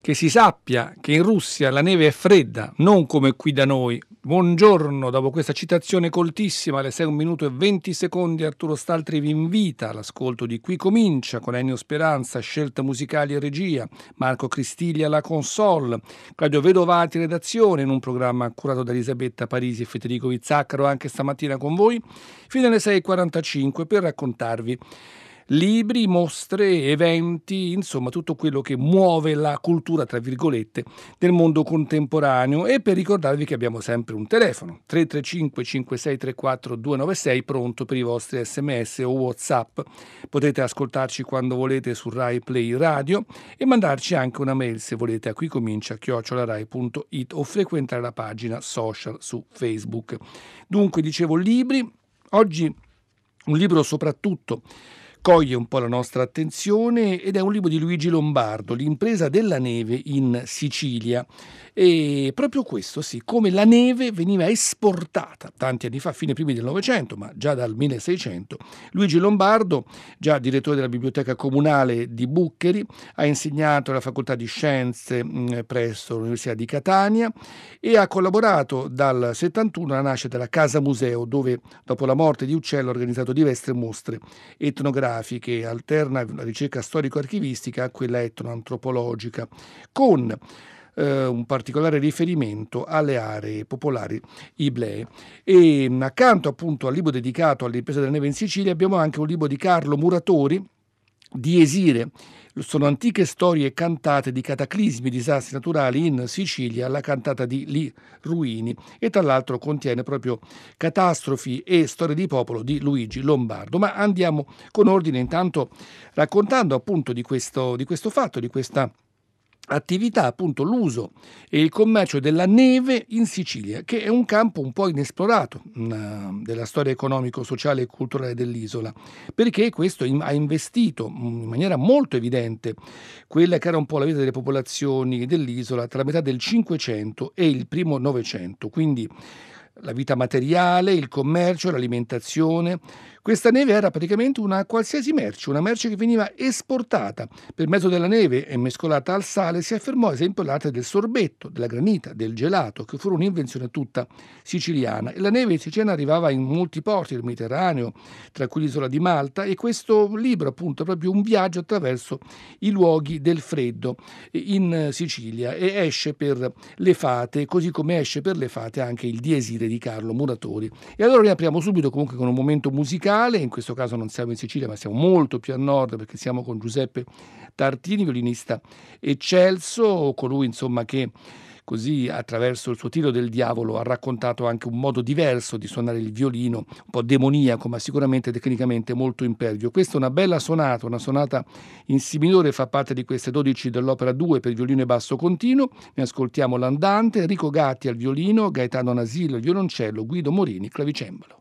Che si sappia che in Russia la neve è fredda, non come qui da noi. Buongiorno, dopo questa citazione coltissima alle 6 1 minuto e 20 secondi Arturo Staltri vi invita all'ascolto di Qui Comincia con Ennio Speranza, scelte musicali e regia, Marco Cristiglia alla console, Claudio Vedovati redazione in un programma curato da Elisabetta Parisi e Federico Vizzaccaro anche stamattina con voi, fino alle 6.45 per raccontarvi libri, mostre, eventi, insomma tutto quello che muove la cultura, tra virgolette, del mondo contemporaneo e per ricordarvi che abbiamo sempre un telefono 335 5634 296 pronto per i vostri sms o whatsapp. Potete ascoltarci quando volete su Rai Play Radio e mandarci anche una mail se volete a quicomincia@rai.it o frequentare la pagina social su Facebook. Dunque, dicevo libri, oggi un libro soprattutto coglie un po' la nostra attenzione ed è un libro di Luigi Lombardo, L'impresa della neve in Sicilia. E proprio questo, sì, come la neve veniva esportata tanti anni fa, fine primi del Novecento, ma già dal 1600. Luigi Lombardo, già direttore della biblioteca comunale di Buccheri, ha insegnato alla facoltà di scienze presso l'Università di Catania e ha collaborato dal 71 alla nascita della Casa Museo, dove dopo la morte di Uccello ha organizzato diverse mostre etnografiche, alterna la ricerca storico-archivistica a quella etnoantropologica, con un particolare riferimento alle aree popolari iblee. E accanto appunto al libro dedicato all'impresa della neve in Sicilia abbiamo anche un libro di Carlo Muratori, di Esire. Sono antiche storie cantate di cataclismi e disastri naturali in Sicilia, la cantata di Li Ruini, e tra l'altro contiene proprio catastrofi e storie di popolo di Luigi Lombardo. Ma andiamo con ordine, intanto raccontando appunto di questo fatto, di questa attività, appunto l'uso e il commercio della neve in Sicilia, che è un campo un po' inesplorato della storia economico-sociale e culturale dell'isola, perché questo ha investito in maniera molto evidente quella che era un po' la vita delle popolazioni dell'isola tra la metà del Cinquecento e il primo Novecento, quindi la vita materiale, il commercio, l'alimentazione. Questa neve era praticamente una qualsiasi merce, una merce che veniva esportata. Per mezzo della neve e mescolata al sale si affermò ad esempio l'arte del sorbetto, della granita, del gelato, che fu un'invenzione tutta siciliana. E la neve siciliana arrivava in molti porti del Mediterraneo, tra cui l'isola di Malta, e questo libro appunto è proprio un viaggio attraverso i luoghi del freddo in Sicilia e esce per le fate, così come esce per le fate anche il Diesire di Carlo Muratori. E allora riapriamo subito comunque con un momento musicale, in questo caso non siamo in Sicilia ma siamo molto più a nord perché siamo con Giuseppe Tartini, violinista eccelso, colui insomma che così attraverso il suo Tiro del Diavolo ha raccontato anche un modo diverso di suonare il violino, un po' demoniaco ma sicuramente tecnicamente molto impervio. Questa è una bella sonata, una sonata in si minore, fa parte di queste 12 dell'opera 2 per violino e basso continuo. Ne ascoltiamo l'andante, Enrico Gatti al violino, Gaetano Nasillo al violoncello, Guido Morini clavicembalo.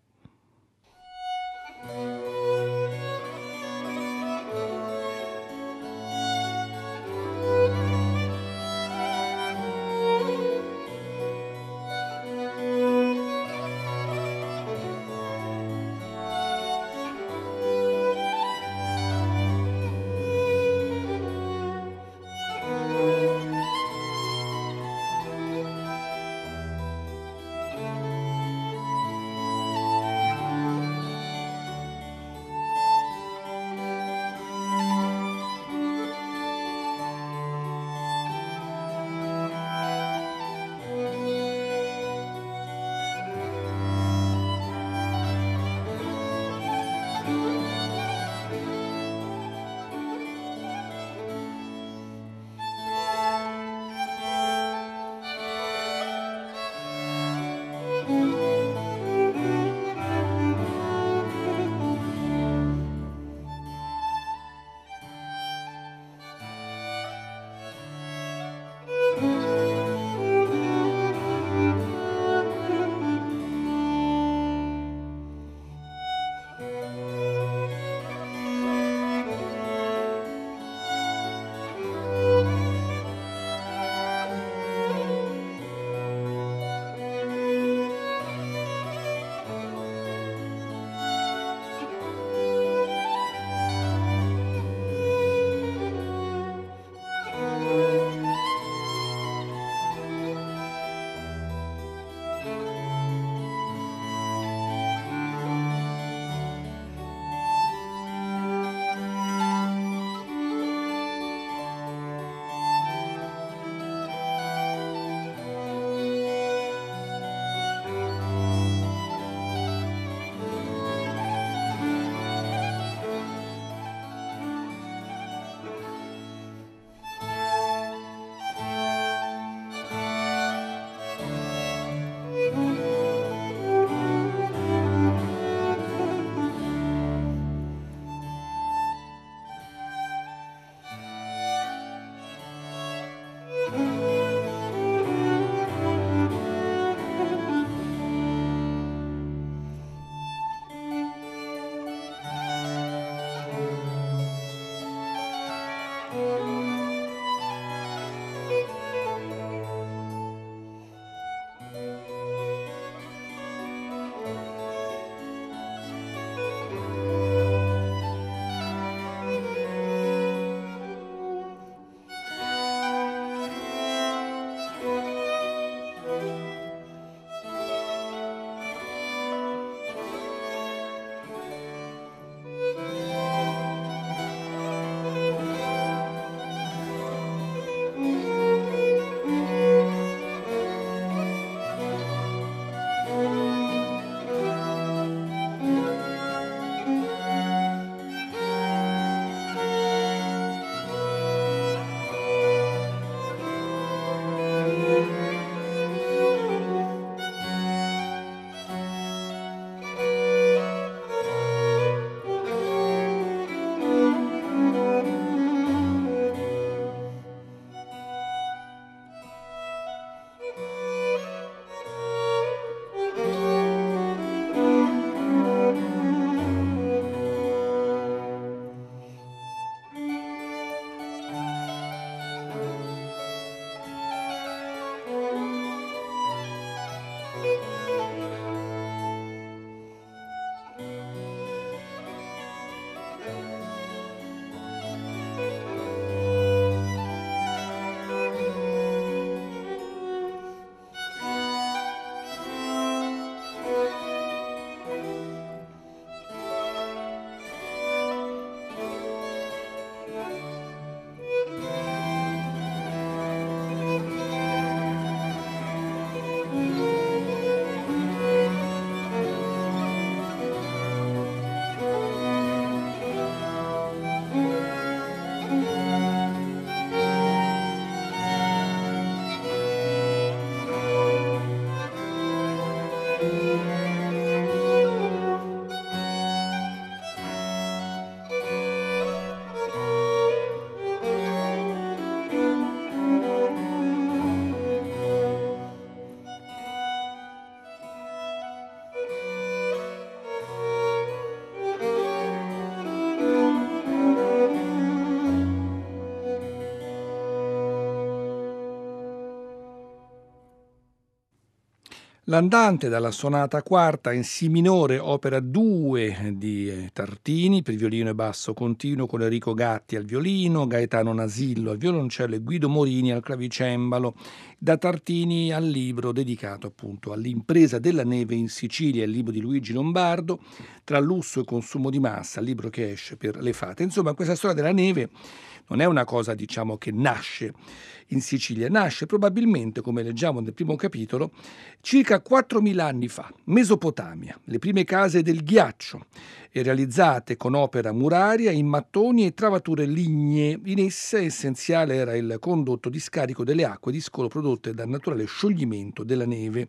L'andante dalla sonata quarta in Si minore, opera 2 di Tartini, per violino e basso continuo con Enrico Gatti al violino, Gaetano Nasillo al violoncello e Guido Morini al clavicembalo, da Tartini al libro dedicato appunto all'impresa della neve in Sicilia, il libro di Luigi Lombardo, Tra lusso e consumo di massa, il libro che esce per le fate. Insomma, questa storia della neve non è una cosa, diciamo, che nasce in Sicilia, nasce probabilmente, come leggiamo nel primo capitolo, circa 4.000 anni fa, Mesopotamia, le prime case del ghiaccio, e realizzate con opera muraria in mattoni e travature lignee. In esse essenziale era il condotto di scarico delle acque di scolo prodotte dal naturale scioglimento della neve.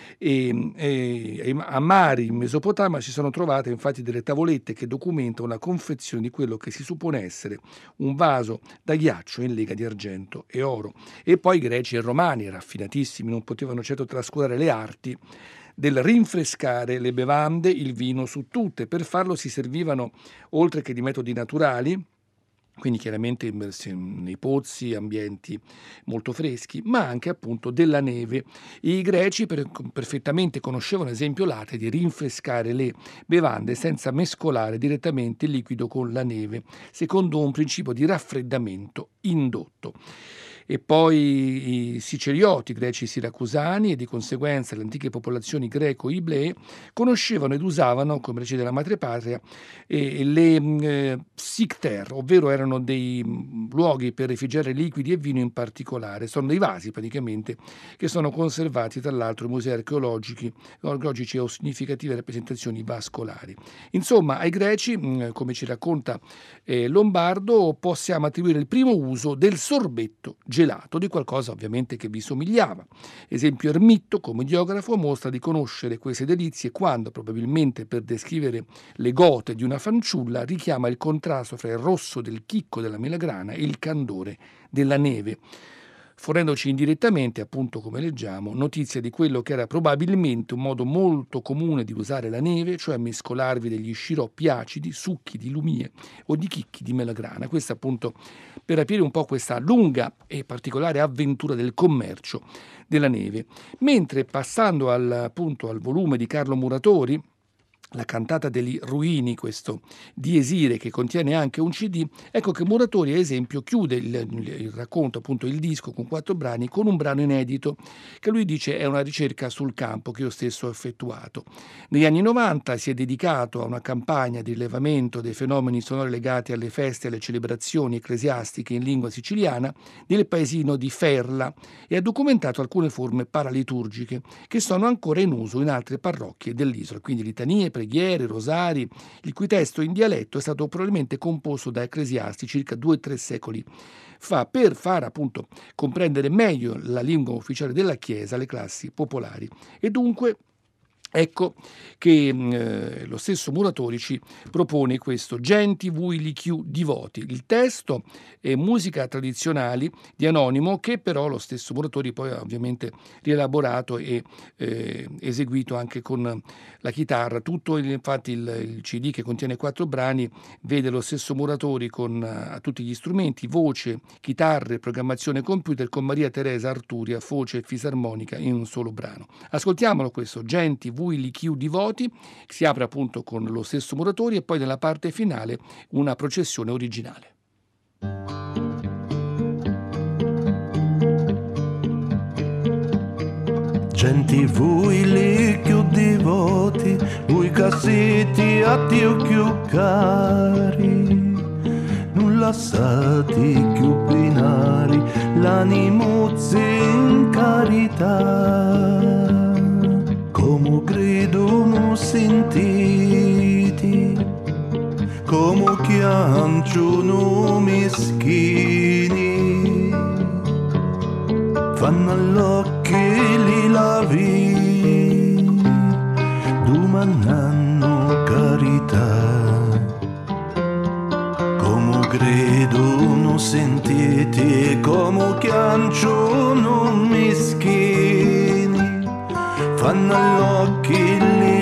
A Mari, in Mesopotamia, si sono trovate infatti delle tavolette che documentano la confezione di quello che si suppone essere un vaso da ghiaccio in lega di argento e oro. E poi i greci e romani, raffinatissimi, non potevano certo trascurare le arti del rinfrescare le bevande, il vino su tutte. Per farlo si servivano, oltre che di metodi naturali, quindi chiaramente nei pozzi, ambienti molto freschi, ma anche appunto della neve. I greci perfettamente conoscevano, ad esempio, l'arte di rinfrescare le bevande senza mescolare direttamente il liquido con la neve, secondo un principio di raffreddamento indotto. E poi i sicilioti, greci siracusani, e di conseguenza le antiche popolazioni greco-iblee conoscevano ed usavano, come reci della madrepatria, le psicter, ovvero erano dei luoghi per rifugiare liquidi e vino in particolare. Sono dei vasi praticamente che sono conservati tra l'altro in musei archeologici o significative rappresentazioni vascolari. Insomma, ai greci, come ci racconta Lombardo, possiamo attribuire il primo uso del sorbetto gelato, di qualcosa ovviamente che vi somigliava. Esempio, Ermitto, commediografo, mostra di conoscere queste delizie quando, probabilmente per descrivere le gote di una fanciulla, richiama il contrasto fra il rosso del chicco della melagrana e il candore della neve, fornendoci indirettamente, appunto come leggiamo, notizia di quello che era probabilmente un modo molto comune di usare la neve, cioè mescolarvi degli sciroppi acidi, succhi di lumie o di chicchi di melagrana. Questo appunto per capire un po' questa lunga e particolare avventura del commercio della neve. Mentre passando al volume di Carlo Muratori, la cantata degli Ruini, questo di Esire che contiene anche un CD, ecco che Muratori, ad esempio, chiude il racconto, appunto il disco con 4 brani, con un brano inedito che lui dice è una ricerca sul campo che io stesso ho effettuato. Negli anni 90 si è dedicato a una campagna di rilevamento dei fenomeni sonori legati alle feste e alle celebrazioni ecclesiastiche in lingua siciliana nel paesino di Ferla e ha documentato alcune forme paraliturgiche che sono ancora in uso in altre parrocchie dell'isola, quindi litanie, preghiere, rosari, il cui testo in dialetto è stato probabilmente composto da ecclesiasti circa 2-3 secoli fa per far appunto comprendere meglio la lingua ufficiale della Chiesa alle classi popolari. E dunque ecco che lo stesso Muratori ci propone questo Genti vui lichiu divoti. Il testo è musica tradizionali di Anonimo, che però lo stesso Muratori poi ha ovviamente rielaborato e eseguito anche con la chitarra. Tutto infatti il CD, che contiene 4 brani, vede lo stesso Muratori con tutti gli strumenti, voce, chitarre, programmazione computer, con Maria Teresa Arturia, voce e fisarmonica in un solo brano. Ascoltiamolo questo Genti vui lichiu divoti, che si apre appunto con lo stesso Muratori, e poi nella parte finale una processione originale. Genti vui lichiu divoti, vui cassetti a Dio più cari, non lasciati più binari, l'animuzzi in carità. Come gridono sentiti, come chianciano meschini, fanno all'occhi li lavi, domandano carità. Come gridono sentiti, come chianciano meschini, fanno all'occhi li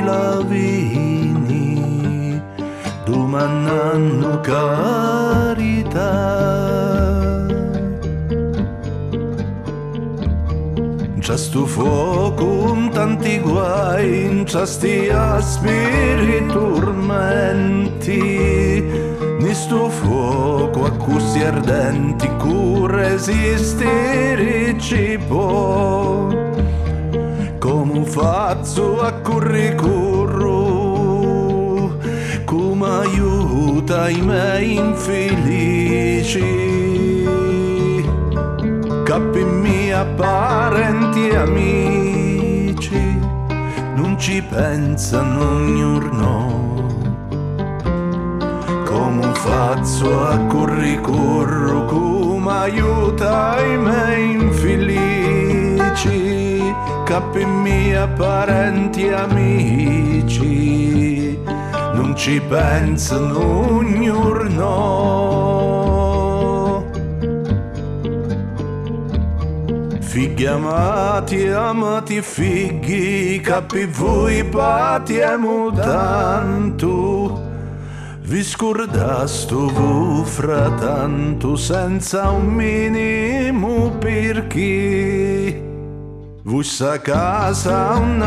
lavini, domandano carità. c'è sto fuoco con tanti guai, c'è sti aspiri tormenti, ni sto fuoco a cussi ardenti, cu resistere ci può, come faccio a corru, come aiuta i miei infelici. Capi mia, parenti e amici, non ci pensano ognuno. Come faccio a corru, come aiuta i miei infelici. Capi mia, parenti e amici, non ci pensano ognuno. Figli amati, amati figli, capi voi patiamo tanto, vi scordasto voi frattanto senza un minimo perché. Vussa casa non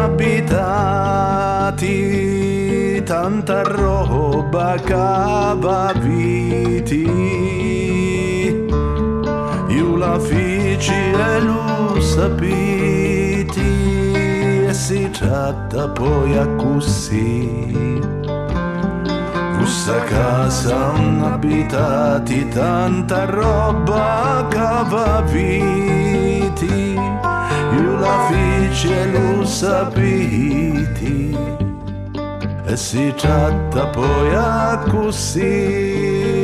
abitati, tanta roba cavaviti, io la feci e lo sapete, e si tratta poi a così. Vussa casa non abitati, tanta roba cavaviti, io la feci e lo sapete, e si tratta poi a così.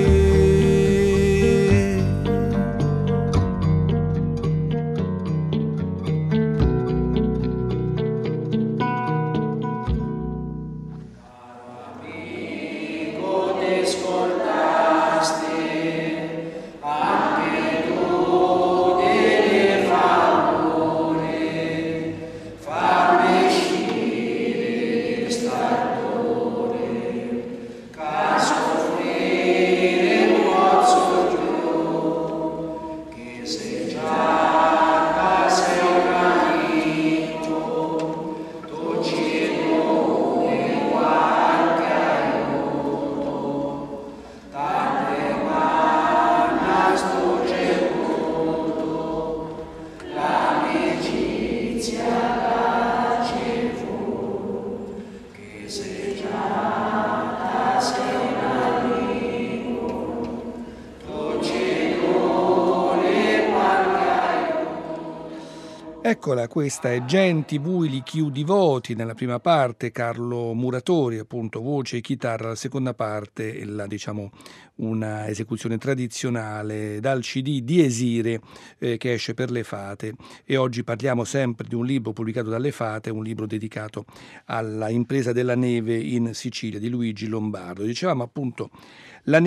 Eccola, questa è Genti Buili Chiudi Voti nella prima parte, Carlo Muratori, appunto voce e chitarra, la seconda parte diciamo una esecuzione tradizionale dal CD di Esire che esce per le Fate, e oggi parliamo sempre di un libro pubblicato dalle Fate, un libro dedicato alla impresa della neve in Sicilia di Luigi Lombardo. Dicevamo appunto la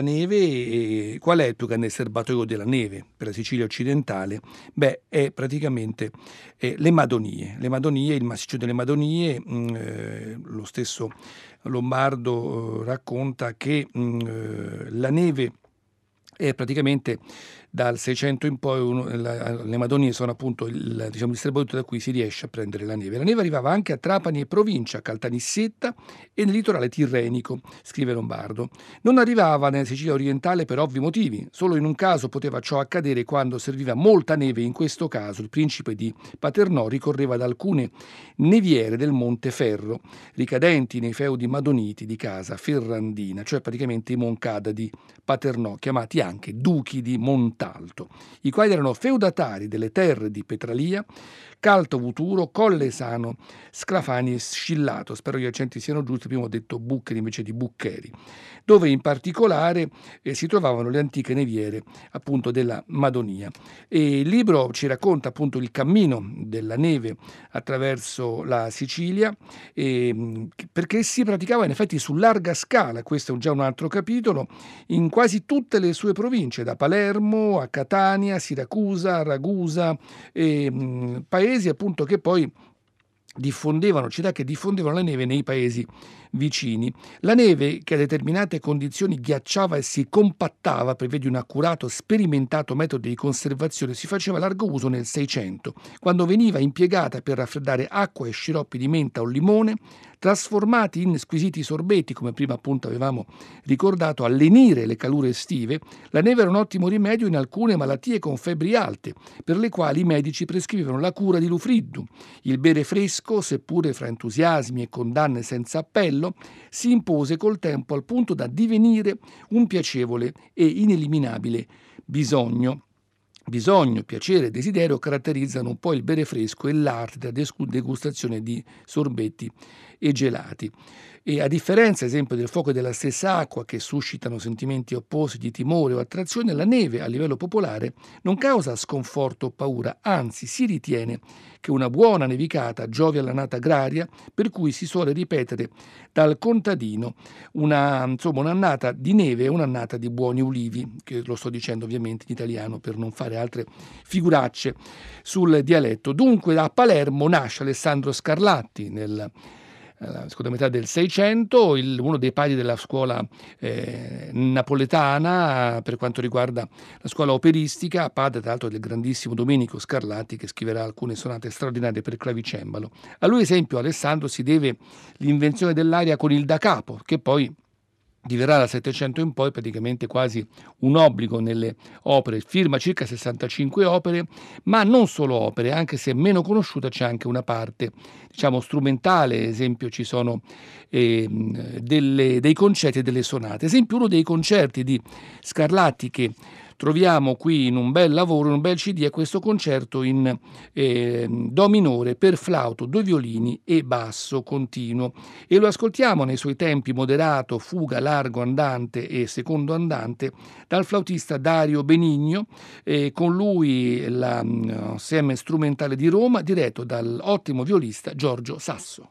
neve, qual è il più grande serbatoio della neve per la Sicilia occidentale? Beh, è praticamente le Madonie, il massiccio delle Madonie. Lo stesso Lombardo racconta che la neve è praticamente dal 600 in poi le Madonie sono appunto il serbatoio da cui si riesce a prendere la neve. La neve arrivava anche a Trapani e provincia, a Caltanissetta e nel litorale tirrenico, scrive Lombardo. Non arrivava nella Sicilia orientale per ovvi motivi. Solo in un caso poteva ciò accadere, quando serviva molta neve. In questo caso il principe di Paternò ricorreva ad alcune neviere del Monte Ferro, ricadenti nei feudi madoniti di casa Ferrandina, cioè praticamente i Moncada di Paternò, chiamati anche duchi di Montalto, i quali erano feudatari delle terre di Petralia, Calto Vuturo, Collesano, Sclafani e Scillato, spero gli accenti siano giusti, prima ho detto Buccheri invece di Buccheri, dove in particolare si trovavano le antiche neviere appunto della Madonia. E il libro ci racconta appunto il cammino della neve attraverso la Sicilia, perché si praticava in effetti su larga scala, questo è già un altro capitolo, in quasi tutte le sue province, da Palermo a Catania, Siracusa, Ragusa, paesi appunto che poi città che diffondevano la neve nei paesi vicini. La neve, che a determinate condizioni ghiacciava e si compattava per via di un accurato sperimentato metodo di conservazione, si faceva largo uso nel 600, quando veniva impiegata per raffreddare acqua e sciroppi di menta o limone, trasformati in squisiti sorbetti, come prima appunto avevamo ricordato, a lenire le calure estive. La neve era un ottimo rimedio in alcune malattie con febbri alte, per le quali i medici prescrivevano la cura di lufriddu. Il bere fresco, seppure fra entusiasmi e condanne senza appello, si impose col tempo al punto da divenire un piacevole e ineliminabile bisogno. Bisogno, piacere e desiderio caratterizzano un po' il bere fresco e l'arte della degustazione di sorbetti e gelati. E a differenza, ad esempio, del fuoco e della stessa acqua, che suscitano sentimenti opposti di timore o attrazione, la neve a livello popolare non causa sconforto o paura, anzi si ritiene che una buona nevicata giovi all'annata agraria, per cui si suole ripetere dal contadino un'annata di neve e un'annata di buoni ulivi, che lo sto dicendo ovviamente in italiano per non fare altre figuracce sul dialetto. Dunque a Palermo nasce Alessandro Scarlatti nella seconda metà del Seicento, uno dei padri della scuola napoletana per quanto riguarda la scuola operistica, padre tra l'altro del grandissimo Domenico Scarlatti, che scriverà alcune sonate straordinarie per clavicembalo. A lui, esempio, Alessandro si deve l'invenzione dell'aria con il da capo, che poi diverrà dal Settecento in poi praticamente quasi un obbligo nelle opere. Firma circa 65 opere, ma non solo opere, anche se meno conosciuta c'è anche una parte, diciamo, strumentale. Esempio, ci sono dei concerti e delle sonate. Esempio, uno dei concerti di Scarlatti che troviamo qui in un bel lavoro, in un bel CD, è questo concerto in do minore per flauto, 2 violini e basso continuo, e lo ascoltiamo nei suoi tempi moderato, fuga, largo andante e secondo andante dal flautista Dario Benigno, con lui l'Ensemble strumentale di Roma diretto dall'ottimo violista Giorgio Sasso.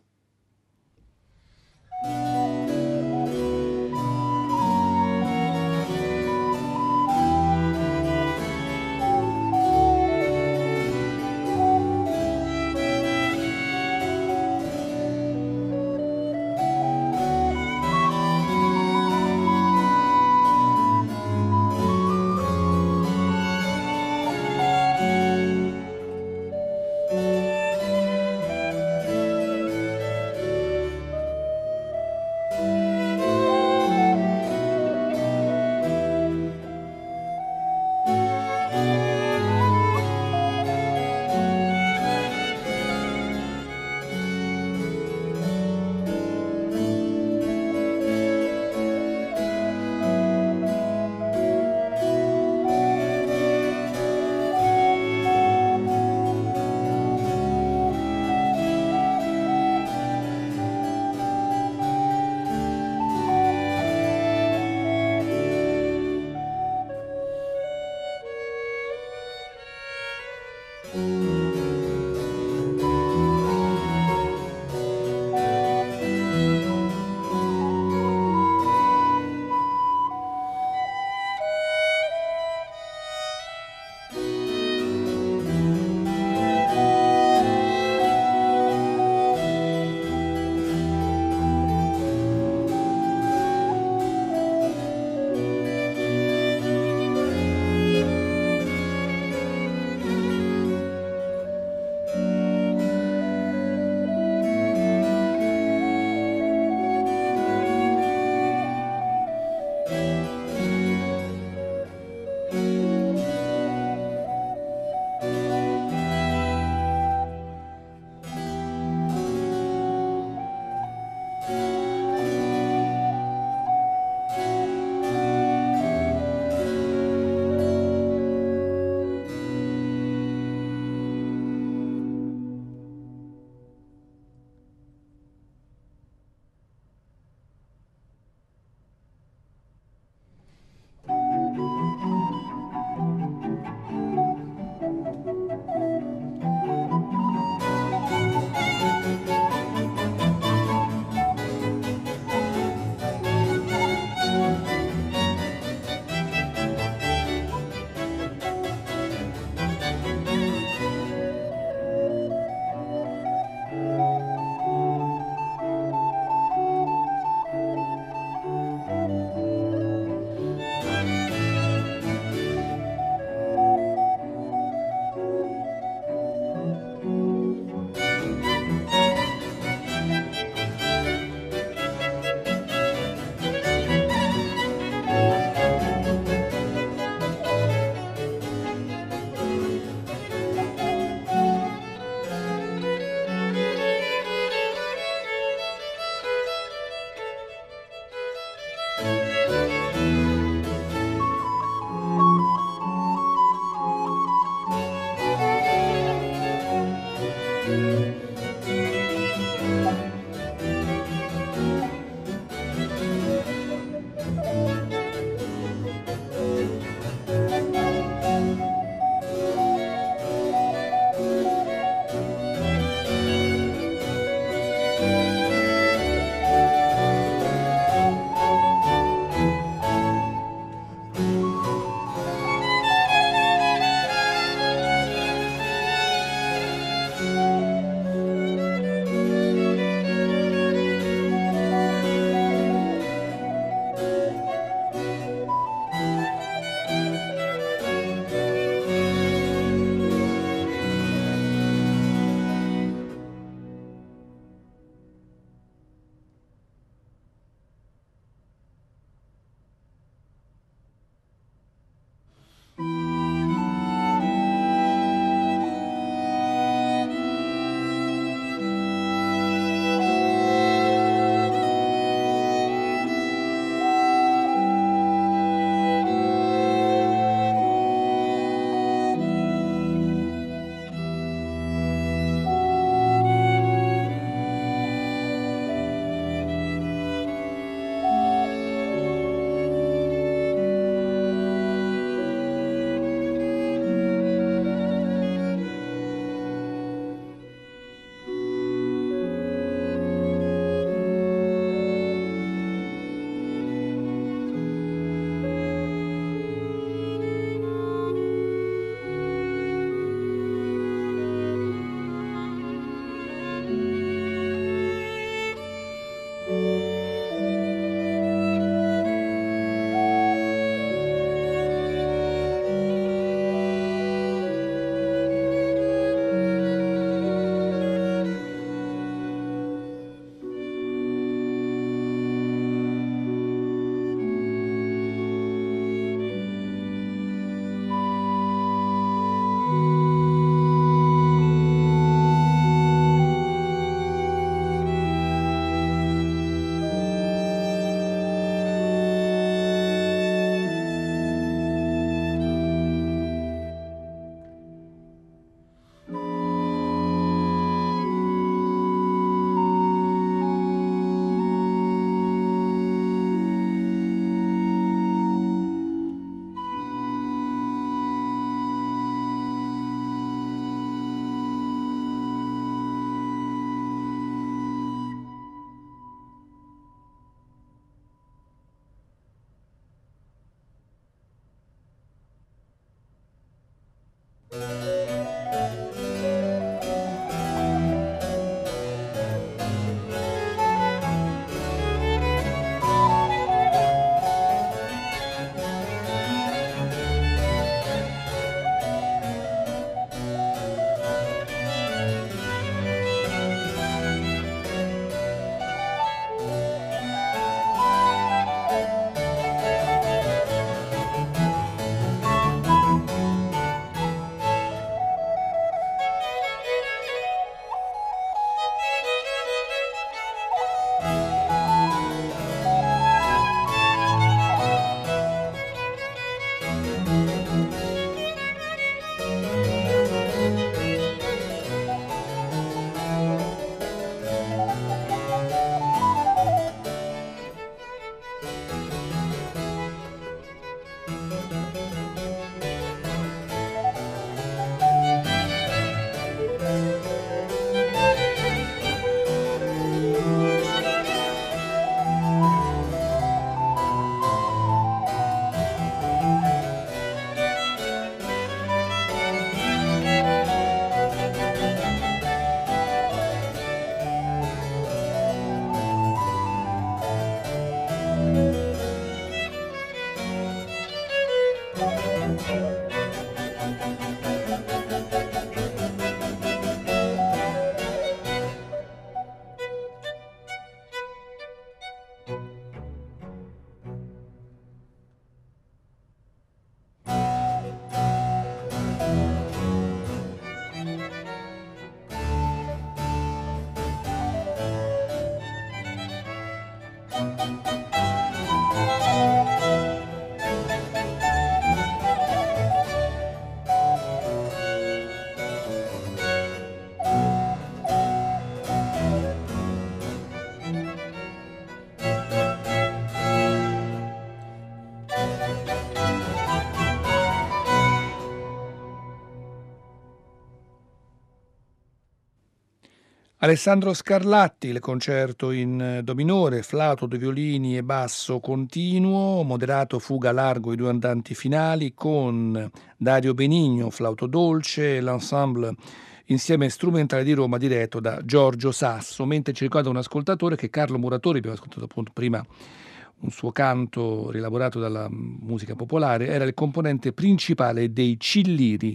Alessandro Scarlatti, il concerto in do minore, flauto, due violini e basso continuo, moderato fuga largo i due andanti finali, con Dario Benigno, flauto dolce, l'ensemble insieme strumentale di Roma diretto da Giorgio Sasso, mentre ci ricorda un ascoltatore che Carlo Muratori, abbiamo ascoltato appunto prima un suo canto rielaborato dalla musica popolare, era il componente principale dei Cilliri,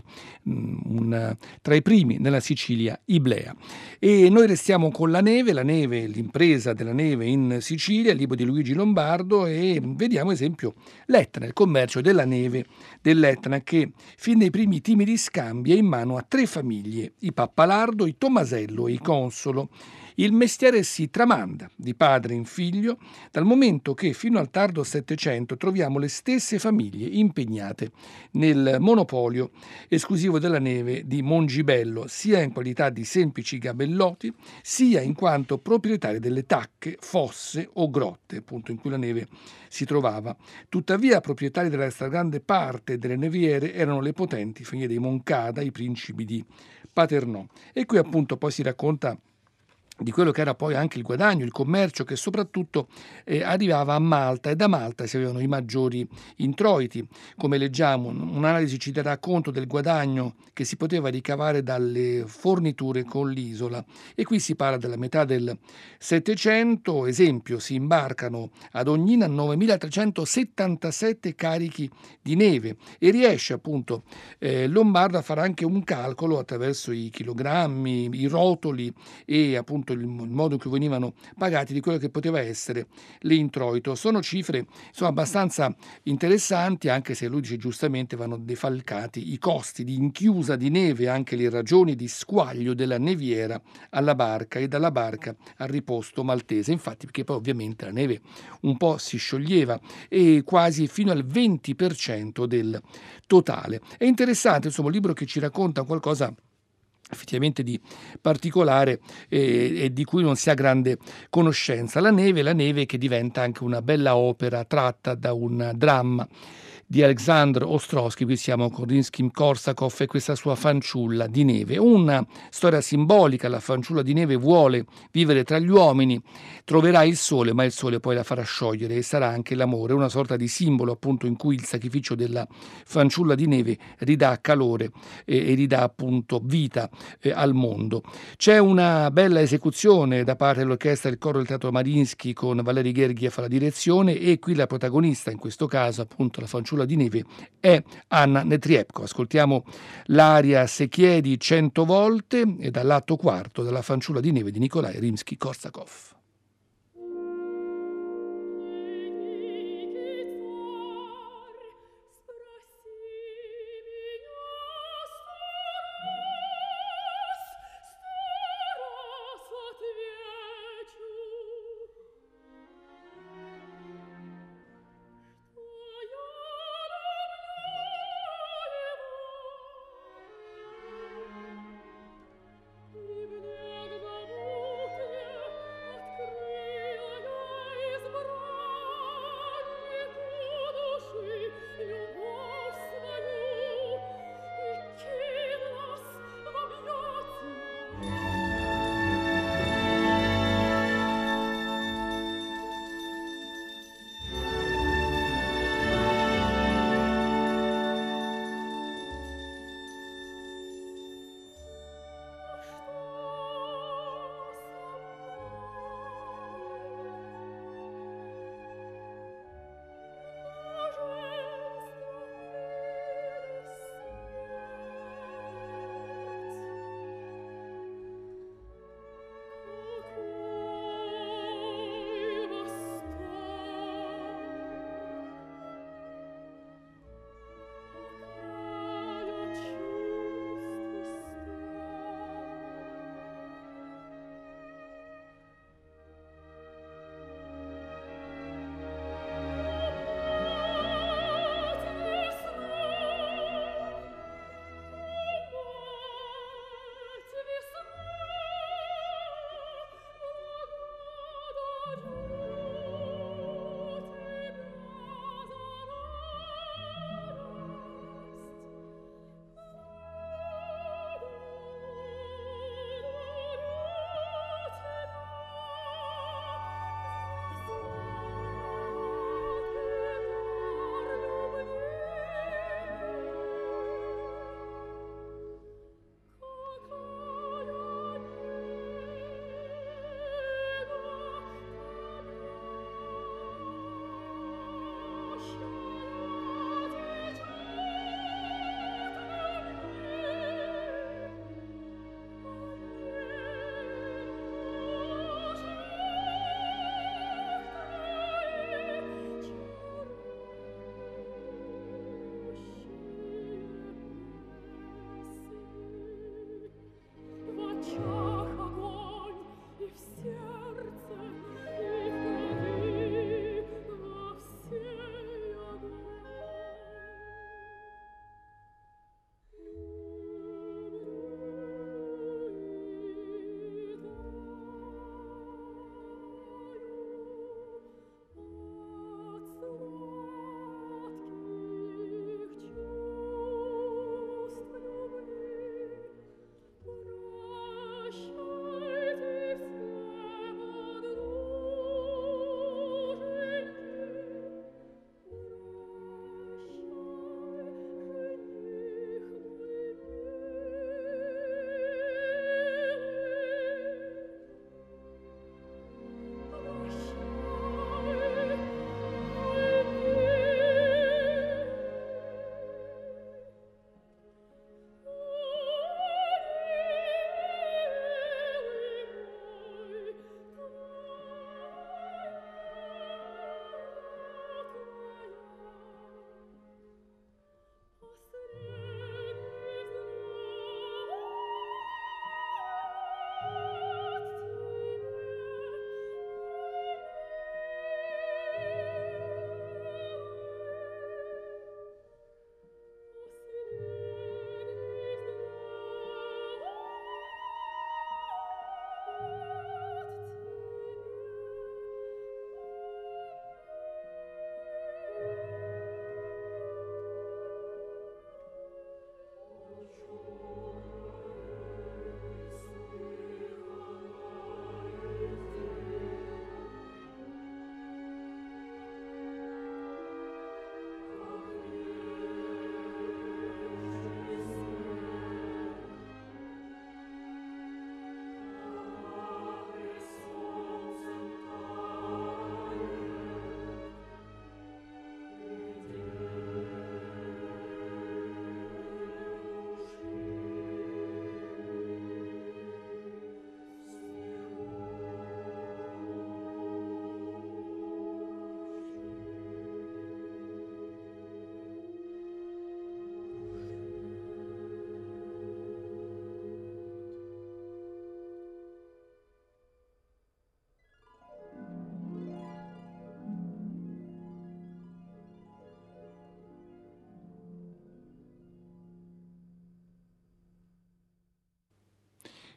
tra i primi nella Sicilia iblea. E noi restiamo con la neve, l'impresa della neve in Sicilia, il libro di Luigi Lombardo, e vediamo esempio l'Etna, il commercio della neve dell'Etna che fin dai primi timidi scambi è in mano a 3 famiglie, i Pappalardo, i Tomasello e i Consolo. Il mestiere si tramanda di padre in figlio, dal momento che fino al tardo Settecento troviamo le stesse famiglie impegnate nel monopolio esclusivo della neve di Mongibello, sia in qualità di semplici gabellotti, sia in quanto proprietari delle tacche, fosse o grotte, appunto, in cui la neve si trovava. Tuttavia, proprietari della stragrande parte delle neviere erano le potenti famiglie dei Moncada, i principi di Paternò. E qui appunto poi si racconta di quello che era poi anche il guadagno, il commercio che soprattutto arrivava a Malta, e da Malta si avevano i maggiori introiti. Come leggiamo, un'analisi ci darà conto del guadagno che si poteva ricavare dalle forniture con l'isola, e qui si parla della metà del Settecento. Esempio, si imbarcano ad Ognina 9.377 carichi di neve, e riesce appunto Lombardo a fare anche un calcolo attraverso i chilogrammi, i rotoli e appunto il modo in cui venivano pagati di quello che poteva essere l'introito. Sono cifre abbastanza interessanti, anche se lui dice giustamente vanno defalcati i costi di inchiusa di neve, anche le ragioni di squaglio della neviera alla barca e dalla barca al riposto maltese. Infatti, perché poi ovviamente la neve un po' si scioglieva, e quasi fino al 20% del totale. È interessante, insomma, un libro che ci racconta qualcosa effettivamente di particolare e di cui non si ha grande conoscenza. La neve che diventa anche una bella opera tratta da un dramma di Alexandr Ostrovsky. Qui siamo con Rimsky-Korsakov e questa sua fanciulla di neve. Una storia simbolica, la fanciulla di neve vuole vivere tra gli uomini, troverà il sole, ma il sole poi la farà sciogliere e sarà anche l'amore, una sorta di simbolo appunto in cui il sacrificio della fanciulla di neve ridà calore e ridà appunto vita al mondo. C'è una bella esecuzione da parte dell'orchestra del coro del Teatro Mariinsky con Valery Gergiev alla direzione, e qui la protagonista, in questo caso appunto la fanciulla di neve, è Anna Netriebko. Ascoltiamo l'aria Se chiedi 100 volte e dall'atto quarto della fanciulla di neve di Nikolai Rimsky-Korsakov.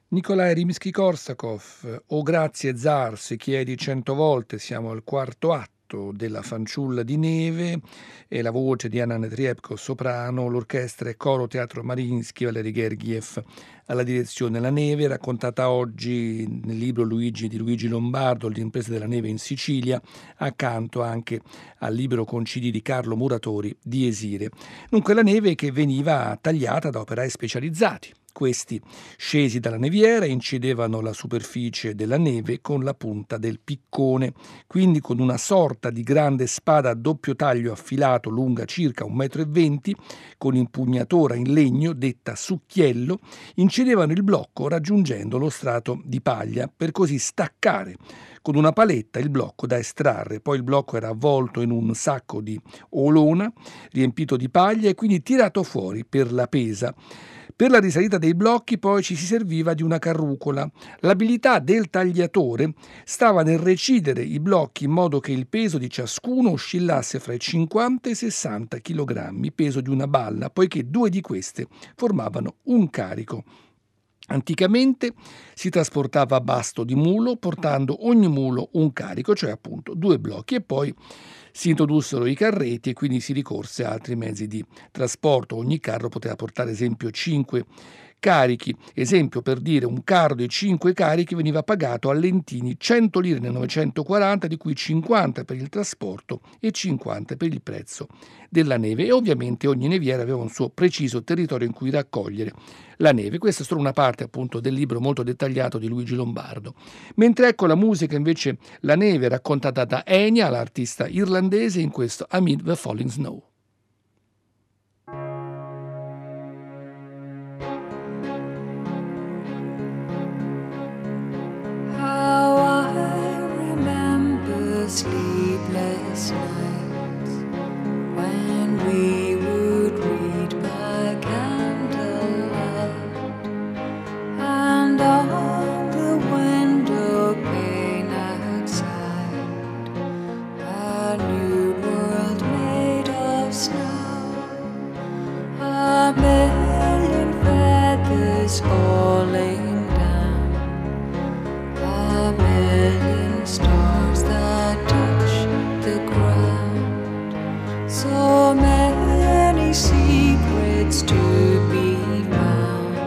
Nikolai Rimsky-Korsakov, O grazie zar, se chiedi 100 volte, siamo al quarto atto della Fanciulla di neve, e la voce di Anna Netriebko soprano, l'orchestra e coro Teatro Mariinsky, Valery Gergiev alla direzione. La neve, raccontata oggi nel libro Luigi di Luigi Lombardo, Le imprese della neve in Sicilia, accanto anche al libro Concidi di Carlo Muratori di Esire. Dunque la neve che veniva tagliata da operai specializzati. Questi, scesi dalla neviera, incidevano la superficie della neve con la punta del piccone, quindi con una sorta di grande spada a doppio taglio affilato lunga circa 1,20 m, con impugnatura in legno detta succhiello, incidevano il blocco raggiungendo lo strato di paglia per così staccare con una paletta il blocco da estrarre. Poi il blocco era avvolto in un sacco di olona riempito di paglia e quindi tirato fuori per la pesa. Per la risalita dei blocchi poi ci si serviva di una carrucola. L'abilità del tagliatore stava nel recidere i blocchi in modo che il peso di ciascuno oscillasse fra i 50 e i 60 kg, peso di una balla, poiché 2 di queste formavano un carico. Anticamente si trasportava a basto di mulo, portando ogni mulo un carico, cioè appunto 2 blocchi, e poi si introdussero i carreti e quindi si ricorse a altri mezzi di trasporto. Ogni carro poteva portare, ad esempio, 5 carichi. Esempio, per dire, un carro di 5 carichi veniva pagato a Lentini 100 lire nel 940, di cui 50 per il trasporto e 50 per il prezzo della neve. E ovviamente ogni neviera aveva un suo preciso territorio in cui raccogliere la neve. Questa è solo una parte appunto del libro molto dettagliato di Luigi Lombardo. Mentre ecco la musica invece, la neve raccontata da Enya, l'artista irlandese, in questo Amid the Falling Snow. How I remember sleepless nights when we would read by candlelight, and on the window pane outside a new world made of snow, a million feathers falling down, a million stars that touch the ground, so many secrets to be found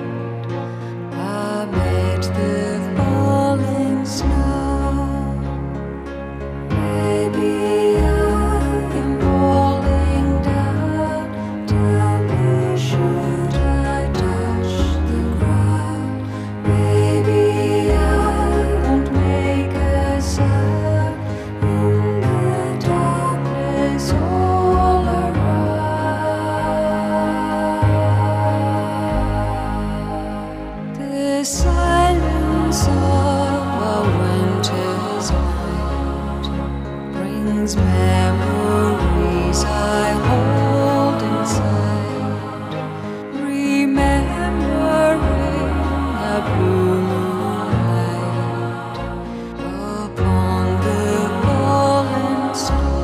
amid the falling snow. Maybe I am falling down. Tell me, should I touch the ground? Maybe I won't make a sound in the darkness all around. The silence of a winter's night brings memories I hold inside, remembering a blue moonlight upon the fallen snow.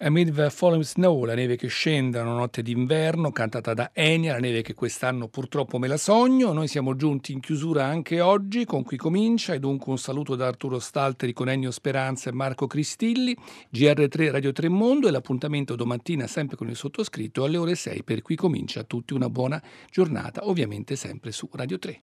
Amid the Falling Snow, la neve che scende, una notte d'inverno, cantata da Enya, la neve che quest'anno purtroppo me la sogno. Noi siamo giunti in chiusura anche oggi con Qui Comincia e dunque un saluto da Arturo Stalteri con Ennio Speranza e Marco Cristilli, GR3 Radio 3 Mondo, e l'appuntamento domattina sempre con il sottoscritto alle ore 6 per Qui Comincia. A tutti una buona giornata, ovviamente sempre su Radio 3.